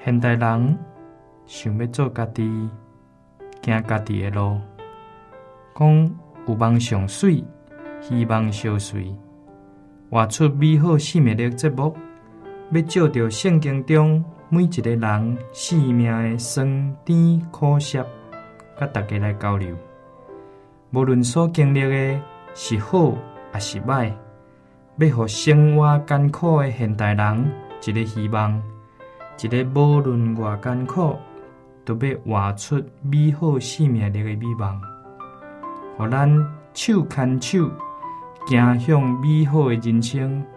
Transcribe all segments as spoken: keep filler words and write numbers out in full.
现代人想要做家己，行家己的路，讲有梦上水，希望相随，活出美好生命力节目，要照着圣经中每一个人生命的酸甜苦涩，甲大家来交流。无论所经历的是好还是歹，要互生活艰苦的现代人一个希望，一个无论偌艰苦，都要活出美好生命力的美梦，互咱手牵手，行向美好的人生。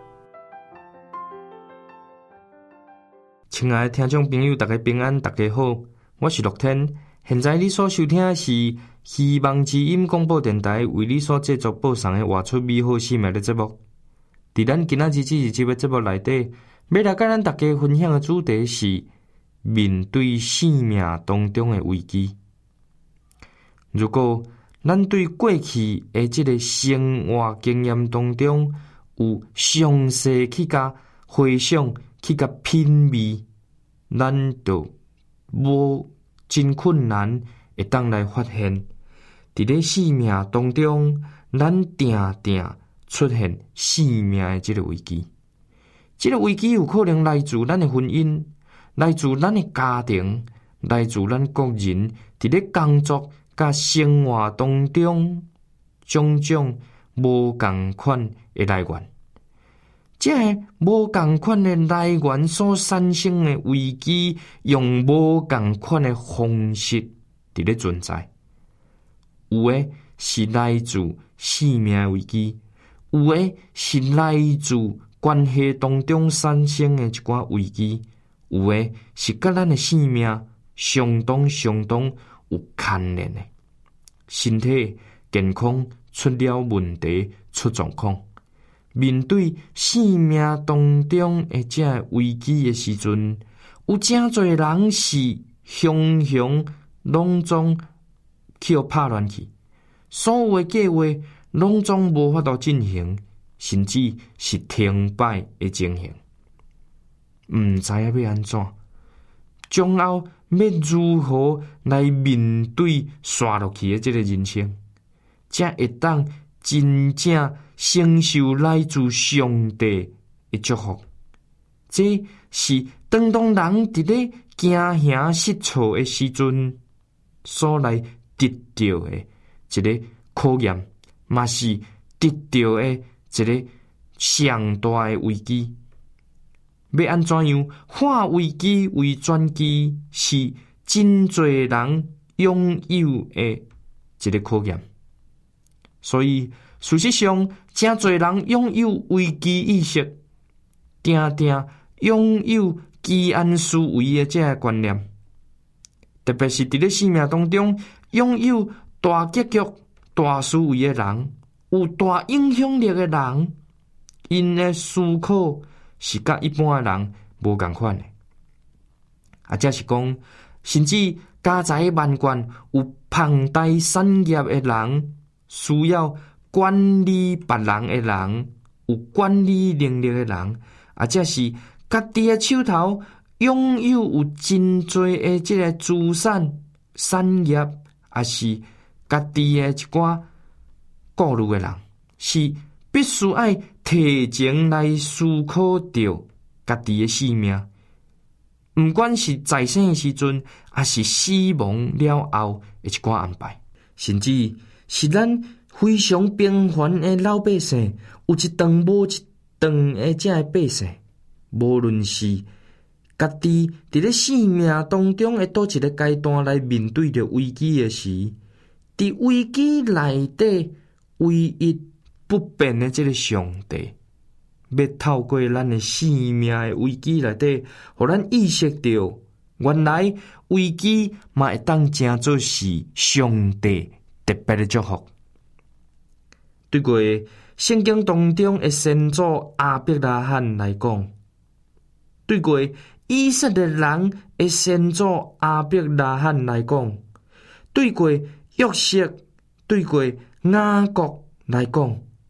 亲爱的听众朋友，大家平安，大家好，我是乐天。现在你所收听的是希望之音广播电台为你所制作播送的活出美好生命的节目。伫咱今仔日这一集的节目内底，要来甲咱大家分享的主题是面对生命当中的危机。如果咱对过去的这个生活经验当中有详细去甲回想，去甲品味，咱就无真困难会当来发现，伫咧生命当中，咱定定出现生命的这个危机。这个危机有可能来自咱的婚姻，来自咱的家庭，来自咱个人伫咧工作甲生活当中种种无共款的来源。这个无共款的来源所产生的危机，用无共款的方式伫咧存在。有的是来自生命的危机，有的是来自关系当中产生的一寡危机，有的是甲咱的生命相当相当有牵连的。身体健康出了问题，出状况。面对生命当中的这危机的时阵，有真侪人是雄雄拢总去互拍乱去，所有的计划拢总无法度进行，甚至是停摆的情形。毋知影要安怎，将后要如何来面对刷落去的这个人生，才会当真正承受来自上帝的祝福。这是当当人伫咧惊吓失措的时阵所来得到的一个考验，嘛是得到的一个上大的危机。要安怎样化危机为转机，是真侪人拥有的一个考验。所以事实上，真侪人拥有危机意识，定定拥有居安思危的这个观念，特别是伫咧生命当中拥有大结局、大思维的人，有大影响力的人，因的思考是甲一般的人无共款的。啊，这是讲，甚至家财万贯、有庞大产业的人，需要管理别人的人，有管理能力的人，啊，这是家己的手头拥有有真多的这个资产、产业，也是家己的一寡顾虑的人，是必须爱提前来思考到家己的生命，不管是在生的时阵，还是死亡了后的一寡安排，甚至是咱非常平凡的老百姓，有一顿无一顿的这个百姓，无论是家己伫咧生命当中的倒一个阶段来面对着危机的时，伫危机内底唯一不变的这个上帝，要透过咱的生命的危机内底，互咱意识到，原来危机嘛会当成做是上帝特别的祝福。对过圣经当中的先祖亚伯拉罕来讲，对过以色列人的先祖亚伯拉罕来讲，对过约瑟，对过雅各来讲，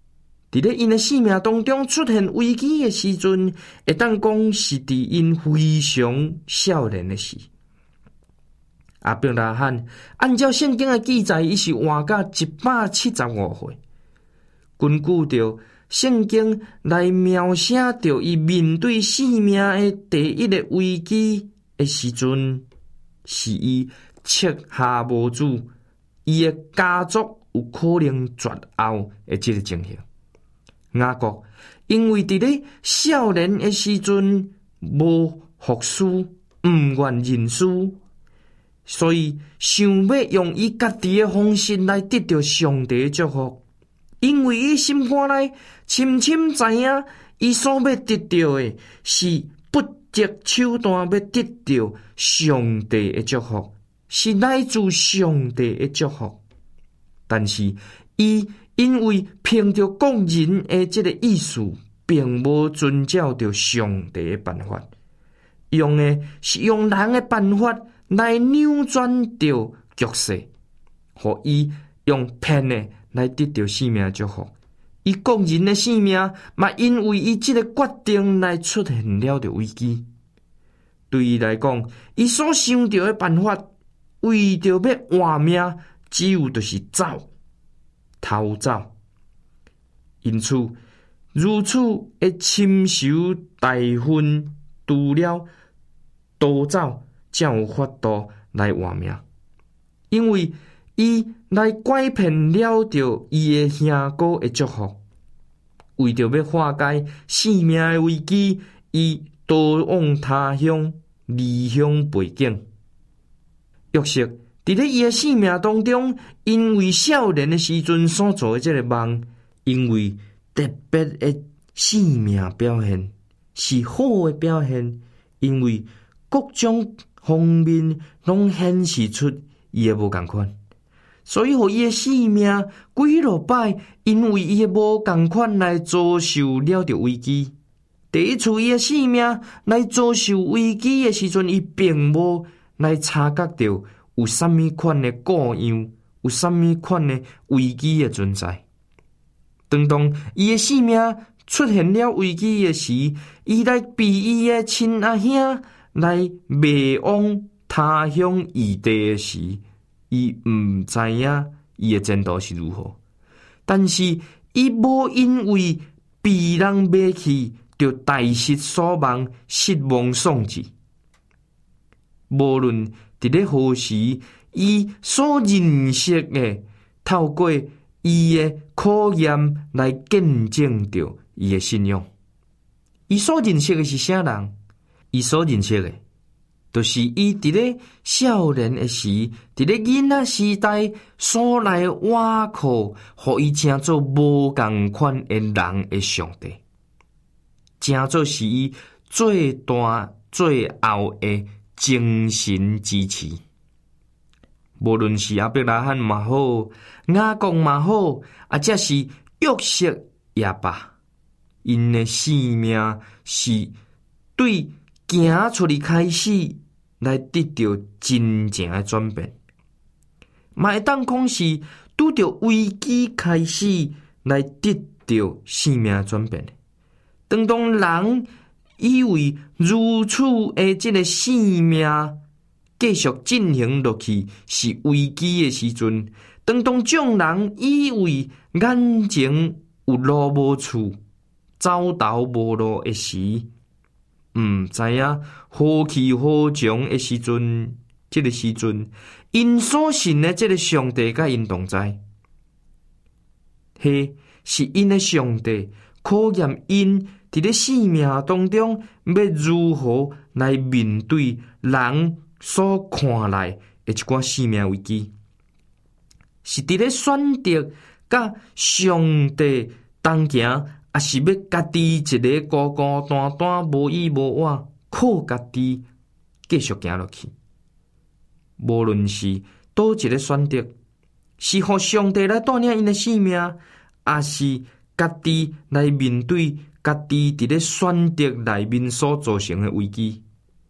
伫咧因的生命当中出现危机的时阵，会当讲是伫因非常少年的事。亚伯拉罕按照圣经的记载，伊是活到一百七十五岁。根据着圣经来描写着伊面对生命的第一个危机的时阵，是伊七下无子，伊的家族有可能绝后的这个情形。雅各因为伫咧少年的时阵无服侍，毋愿认输，所以想要用伊家己的方式来得到上帝的祝福。因为伊心肝内深深知影，伊所要得到的是不择手段要得到上帝的祝福，是来自上帝的祝福。但是伊因为凭着个人的这个意思，并无遵照着上帝的办法，用的是用人的办法来扭转着局势，互伊用骗的来得到生命祝福。伊个人的生命嘛，因为伊这个决定来出现了着危机。对伊来讲，伊所想到的办法，为着要活命，只有就是走。逃走，因此如此的深受大婚，除了逃走，才有法度来活命。因为伊来拐骗了着伊的兄哥的祝福，为着要化解生命的危机，伊逃往他乡，离乡背井。约瑟伫咧伊诶生命当中，因为少年的时阵所做的这个梦，因为特别的生命表现是好的表现，因为各种方面拢显示出伊诶无共款，所以互伊诶生命几落摆，因为伊诶无共款来遭受了着危机。第一次伊诶生命来遭受危机的时阵，伊并无来察觉到有啥物款的故样，有啥物款的危机的存在。当当伊的生命出现了危机的时，伊来比伊的亲阿兄来卖往他乡异地的时，伊毋知影伊的前途是如何。但是伊无因为被人卖去，就大失所望，失望丧志。无论伫咧何时，伊所认识的，透过伊的考验来见证着伊的信仰。伊所认识的是啥人？伊所认识的，就是伊伫咧少年的时，伫咧囡仔时代所来挖苦，互伊称作无共款的人的上帝，称作是伊最大最后的精神支持。无论是亚伯拉罕嘛好，雅各嘛好，啊，则是约瑟也罢，因的生命是对行出去开始来得到真正的转变，嘛会当讲是拄着危机开始来得到生命的转变。当当人以为如此的这个生命继续进行落去是危机的时阵，当当众人以为眼前有路无处，走投无路的时，毋知影何去何从的时阵，这个时阵，因所信的这个上帝甲因同在，迄是因的上帝考验因伫咧生命当中要如何来面对人所看来的一寡生命危机，是伫咧选择甲上帝同行，还是要家己一个孤孤单单无依无靠，靠家己继续行落去。无论是倒一个选择，是互上帝来带领因的生命，还是家己来面对家己伫咧选择内面所造成的危机，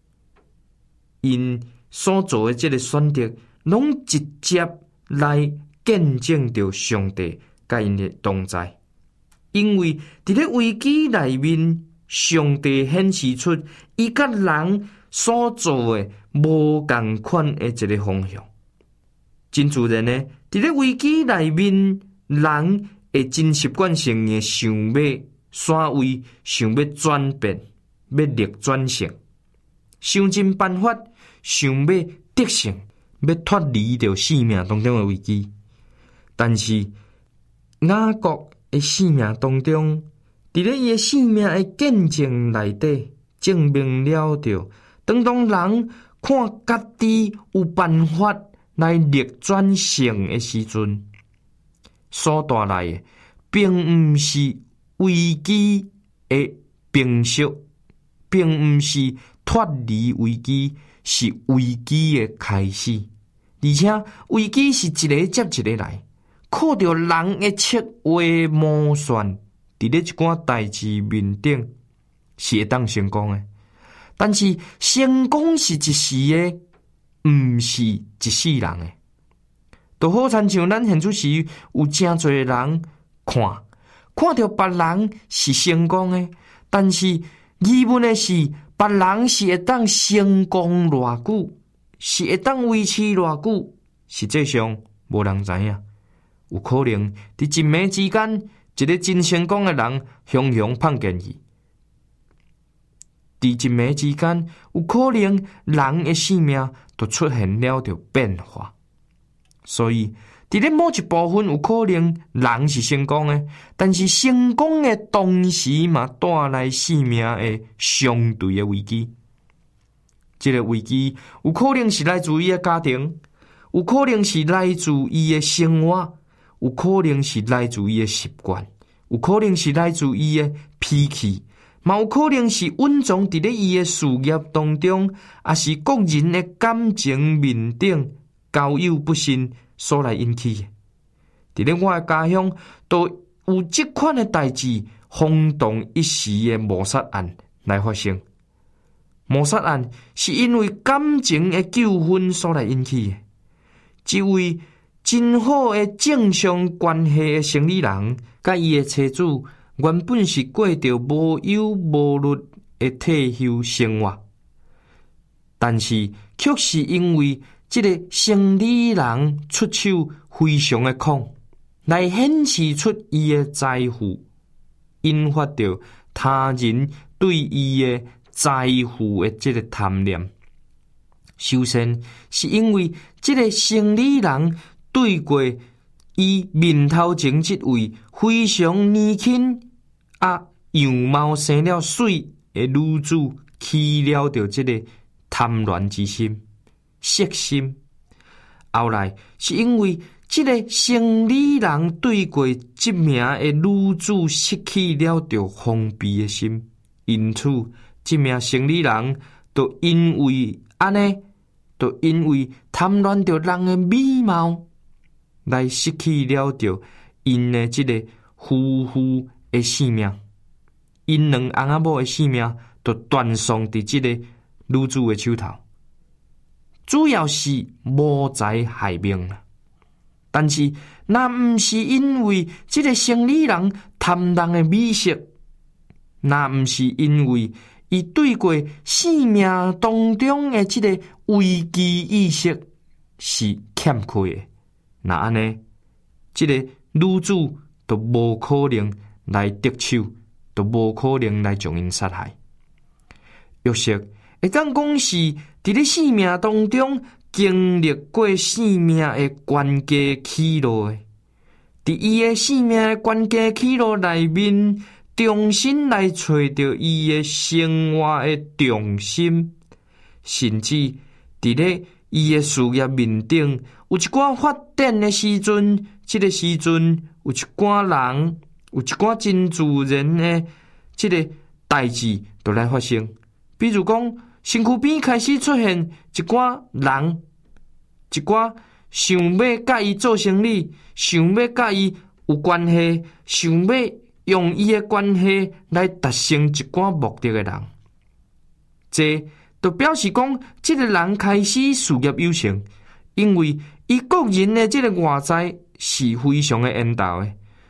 因所做的这个选择，拢直接来见证着上帝甲因的同在。 因为伫咧危机内面，上帝显示出伊甲人所做诶无共款诶一个方向。真自然诶，伫咧危机内面，人会真习惯性诶想要闪位，想要转变，要逆转胜，想尽办法，想要得胜，要脱离着生命当中诶危机。但是雅各诶生命当中，伫咧伊诶生命诶见证内底，证明了着，当当人看家己有办法来逆转胜诶时阵，所带来诶，并毋是危机诶平息，并毋是脱离危机，是危机诶开始。而且危机是一个接一个来，靠着人诶切话磨算，伫咧一寡代志面顶是会当成功诶。但是成功是一时诶，毋是一世人诶。就好亲像咱现主时有真侪人看，看到别人是成功诶，但是疑问诶是，别人是会当成功偌久，是会当维持偌久，实际上无人知影。有可能伫一暝之间，一个真成功诶人雄雄碰见去；伫一暝之间，有可能人诶生命就出现了着变化。所以，伫咧某一部分有可能人是成功诶，但是成功诶同时嘛带来生命诶相对诶危机。这个危机有可能是来自伊诶家庭，有可能是来自伊诶生活，有可能是来自伊诶习惯，有可能是来自伊诶脾气，嘛有可能是蕴藏伫咧伊诶事业当中，也是个人诶感情面顶交友不慎所来引起的。伫咧我诶家乡，都有即款诶代志，轰动一时诶谋杀案来发生。谋杀案是因为感情诶纠纷所来引起的。一位真好诶正常关系诶生理人，甲伊诶妻子原本是过着无忧无虑诶退休生活，但是却是因为这个生理人出手非常的狂，来显示出伊的财富，引发着他人对伊的财富的这个贪念。首先是因为这个生理人对过伊面头前这位非常年轻啊样貌生了水的女子起了着这个贪恋之心、色心。后来是因为这个生理人对过这名的女子失去了着封闭的心，因此这名生理人就因为安尼，就因为贪恋着人的美貌，来失去了着因的这个夫妇的性命，因两翁仔某的性命就断送伫这个女子的手头。主要是谋财害命啦，但是那毋是因为这个生理人贪人的美色，那毋是因为伊对过生命当中的这个危机意识是欠缺的。那安尼，这个女子就无可能来得手，就无可能来将因杀害。约瑟会当讲是伫咧生命当中经历过生命的关键起落的，伫伊的生命的关键起落内面，重新来找到伊的生活的重心，甚至伫咧伊的事业面顶有一寡发展的时阵，这个时阵有一寡人，有一寡真自然的这个代志就来发生，比如讲。身躯边开始出现一寡人，一寡想要甲伊做生意，想要甲伊有关系，想要用伊的关系来达成一寡目的的人。这就表示讲，这个人开始事业有成，因为伊个人的这个外在是非常的缘投的，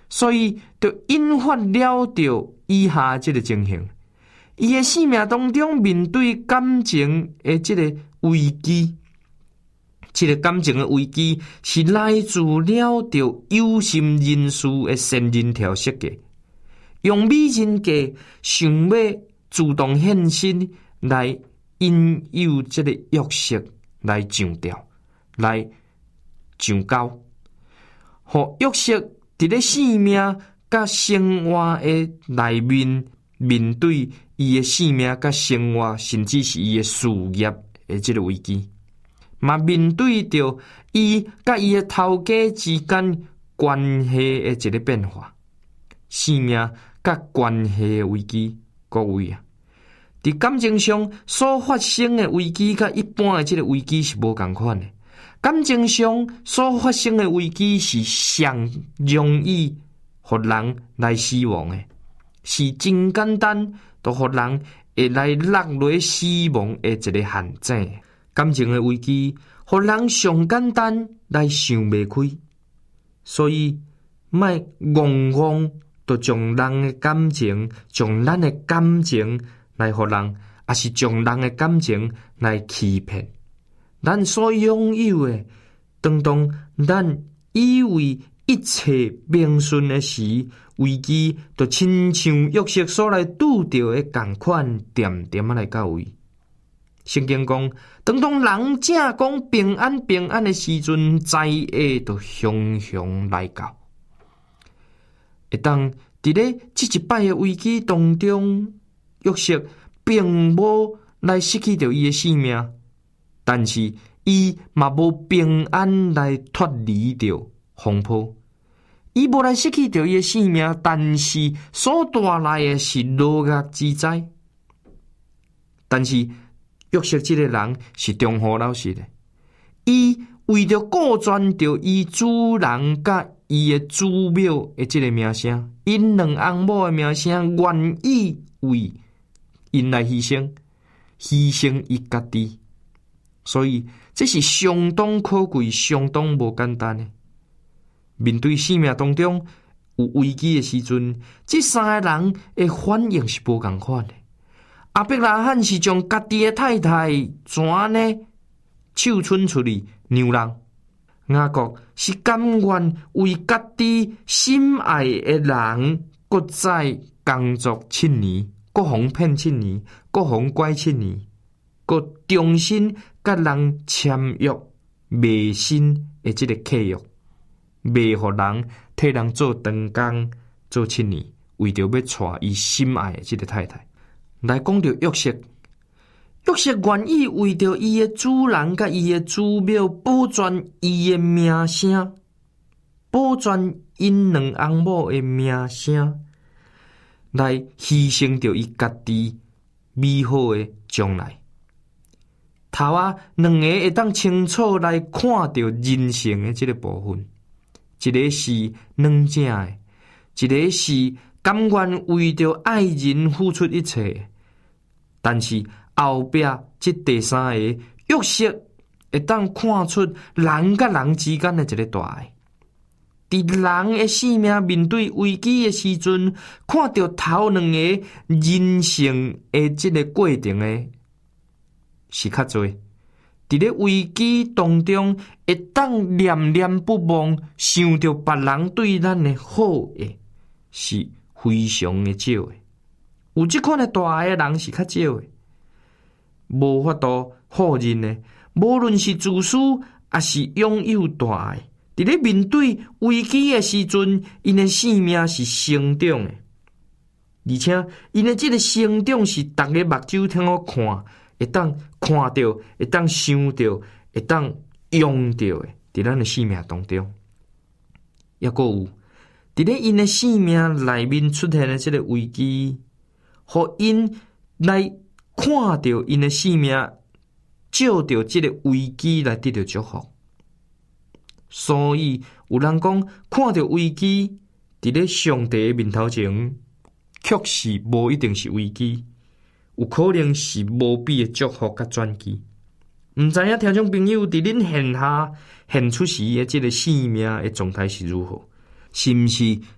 所以就引发了着以下这个情形。伊的生命当中面对感情的这个危机，这个感情的危机是来自了着有心人士的仙人条设计，用美人计想要主动献身来引诱这个约瑟来上吊，来上交，互约瑟伫咧生命甲生活的内面面对伊的生命甲生活，甚至是伊的事业的这个危机，嘛面对着伊甲伊的头家之间关系的一个变化，生命甲关系的危机，各位啊，伫感情上所发生的危机，甲一般的这个危机是无共款的。感情上所发生的危机是上容易互人来死亡的，是真简单，就互人会来落落死亡的一个陷阱。感情的危机，互人上简单来想袂开，所以莫戆戆，就将人的感情，将咱的感情来互人，也是将人的感情来欺骗。咱所拥有的，当当咱以为一切平顺的时，危机就亲像约瑟所来拄到的共款，点点啊来到位。圣经讲，当当人正讲平安平安的时阵，灾厄就熊熊来到。会当伫咧这一摆的危机当中，约瑟并无来失去着伊的性命。但是，伊嘛无平安来脱离着风波，伊无来失去着伊的性命，但是所带来的是落压之灾。但是约瑟这个人是忠厚老实的，伊为着顾全着伊主人甲伊的祖庙的这个名声，因两翁某的名声，愿意为因来牺牲，牺牲伊家己。所以这是相当可贵、相当无简单的。面对生命当中有危机的时阵，这三个人的反应是无同款的。亚伯拉罕是将家己的太太怎呢手伸出去让人，雅各是甘愿为家己心爱的人，搁再工作七年，搁互骗七年，搁互拐七年，搁重新甲人签约卖身的这个契约，卖互人替人做长工做七年，为着要娶伊心爱的这个太太。来讲到约瑟，约瑟愿意为着伊的主人甲伊的祖庙保全伊的名声，保全因两翁某的名声，来牺牲着伊家己美好的将来。头啊，两个会当清楚来看到人性的这个部分，一个是软正的，一个是甘愿为着爱人付出一切。但是后壁这第三个约瑟会当看出人甲人之间的一个大爱。伫人的生命面对危机的时阵，看到头两个人性的这个过程的是较多。伫咧危机当中，会当念念不忘，想着别人对咱的好诶，是非常的少的。有这款的大爱的人是较少的，无法度否认的。无论是自私，还是拥有大爱，伫咧面对危机的时阵，因的生命是成长的，而且因的这个成长是逐个目睭通好看。会当看到，会当想到，会当用到的，伫咱的生命当中，也阁有伫咧因的生命内面出现的这个危机，互因来看到因的生命，照着这个危机来得到祝福。所以有人讲，看到危机伫咧上帝的面头前，确实无一定是危机。有可能是无比的祝福甲转机。唔知影听众朋友伫恁现下现出时的这个生命的状态是如何？是毋是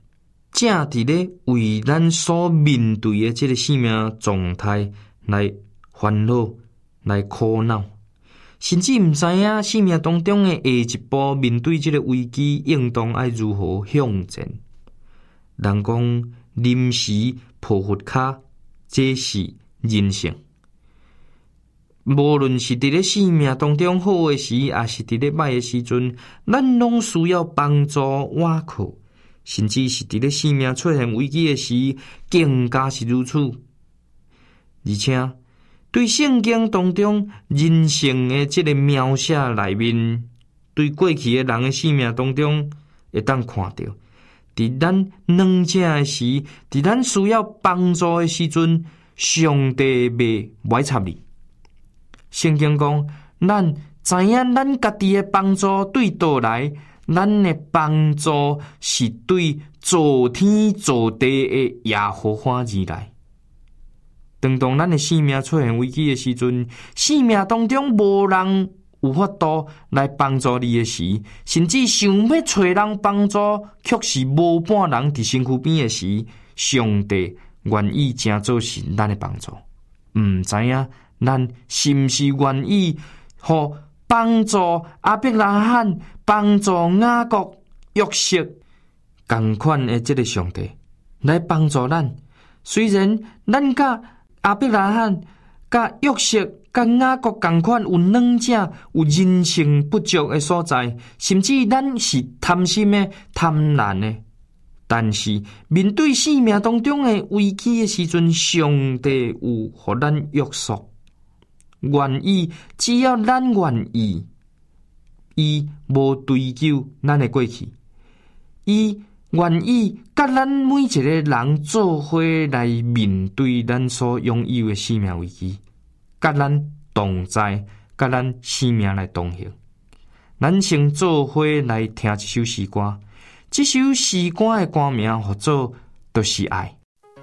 正伫咧为咱所面对的这个生命状态来烦恼、来苦恼，甚至毋知影生命当中的下一步面对这个危机应当爱如何向前。人讲临时抱佛脚，这是人性。无论是伫咧生命当中好诶时，也是伫咧歹诶时阵，咱拢需要帮助倚靠，甚至是伫咧生命出现危机诶时，更加是如此。而且对圣经当中人性诶这个描写内面，对过去诶人诶生命当中，会当看到，伫咱软弱诶时，伫咱需要帮助诶时阵，上帝袂歪插你。圣经讲，咱知影咱家己的帮助对倒来，咱的帮助是对造天造地的耶和华而来。当当咱的生命出现危机的时阵，生命当中无人有法度来帮助你的时，甚至想要找人帮助，却是无半人伫身躯边的时，上帝愿意真做是咱的帮助。毋知影咱是毋是愿意互帮助亚伯拉罕、帮助雅各、约瑟同款的这个上帝来帮助咱？虽然咱甲亚伯拉罕、甲约瑟、甲雅各同款有软弱、有人性不足的所在，甚至咱是贪心的、贪婪的，但是面对生命当中的危机的时阵，上帝有互咱约束。愿意，只要咱愿意，伊无追究咱的过去，伊愿意甲咱每一个人做伙来面对咱所拥有的生命危机，甲咱同在，甲咱生命来同行。咱先做伙来听一首诗歌，这首诗歌的歌名叫做就是爱。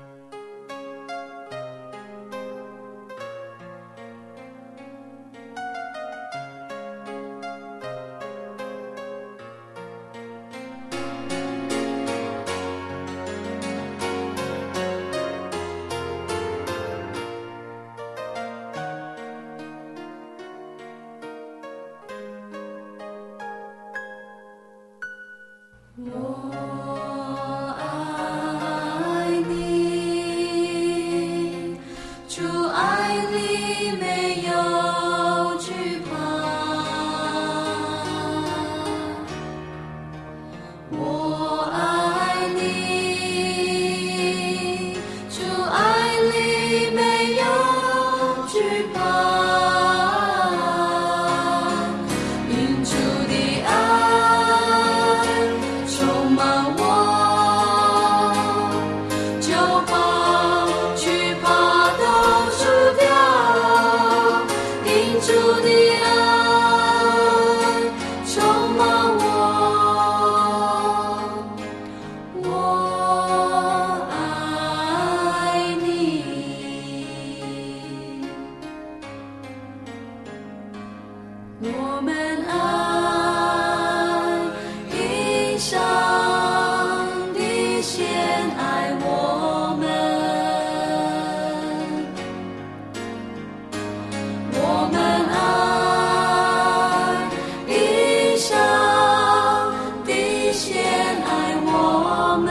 我爱你，主爱里没有惧怕。我爱你，主爱里没有惧怕。因主的爱充满我，就把惧怕都除掉。因主的爱充满我，我爱你。我们爱因上帝先爱我们，我们爱因上帝先爱我们，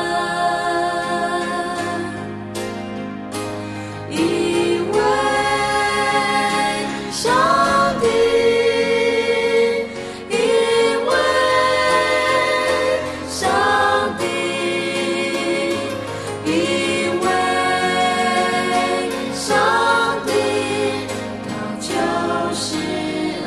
因为上帝，因为上帝，因为上帝，他就是爱。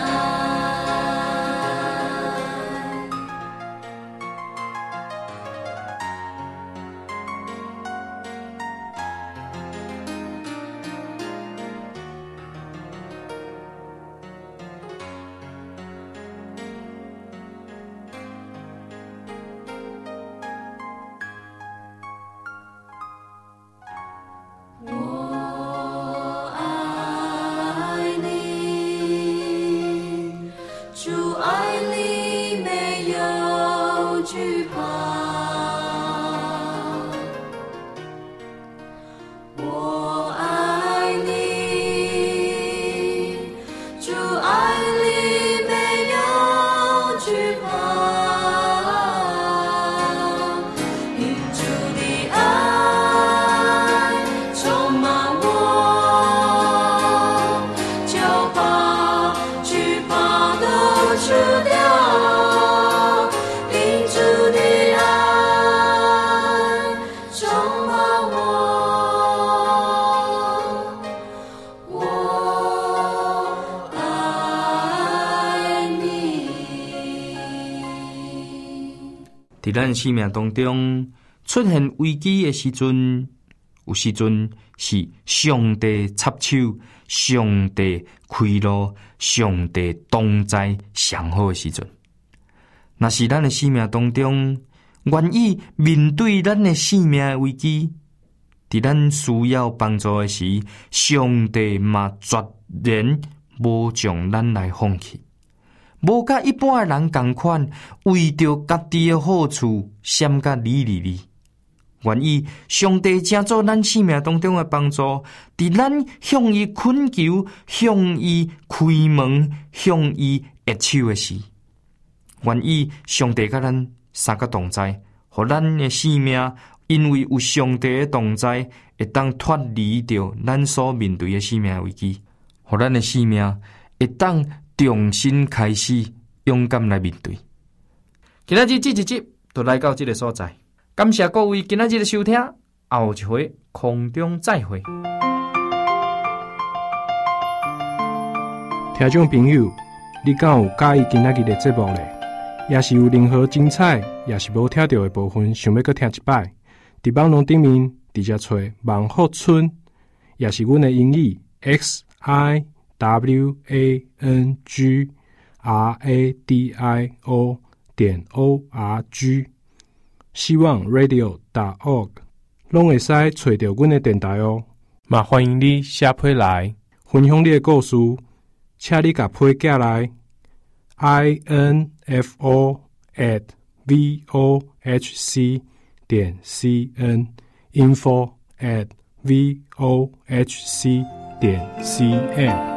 伫咱生命当中出现危机的时阵，有时阵是上帝插手、上帝开路、上帝同在上好的时阵。若是咱的生命当中愿意面对咱的生命的危机，伫咱需要帮助的时，上帝嘛绝然无将咱来放弃，无甲一般的人同款，为着家己的好处，闪甲理理理。愿意上帝成做咱生命当中的帮助，伫咱向伊恳求、向伊开门、向伊握手的时，愿意上帝甲咱三个同在，互咱的生命因为有上帝的同在，会当脱离着咱所面对的生命危机，互咱的生命会当重新开始，勇敢来面对。今仔日这一集就来到这个所在。感谢各位今仔日的收听，后一回空中再会。 听众朋友，你敢有介意今仔日的节目呢？也是有任何精彩，也是无听到的部分，想要搁听一摆？伫网络顶面直接找万福村，也是阮的英语 X I W A N G R A D I O 点 O R G。希望 radio 点 org 拢会使找到阮的电台哦。嘛欢迎你写批来分享你的故事，请你甲批寄来 info at vohc 点 cn info at vohc 点 cn。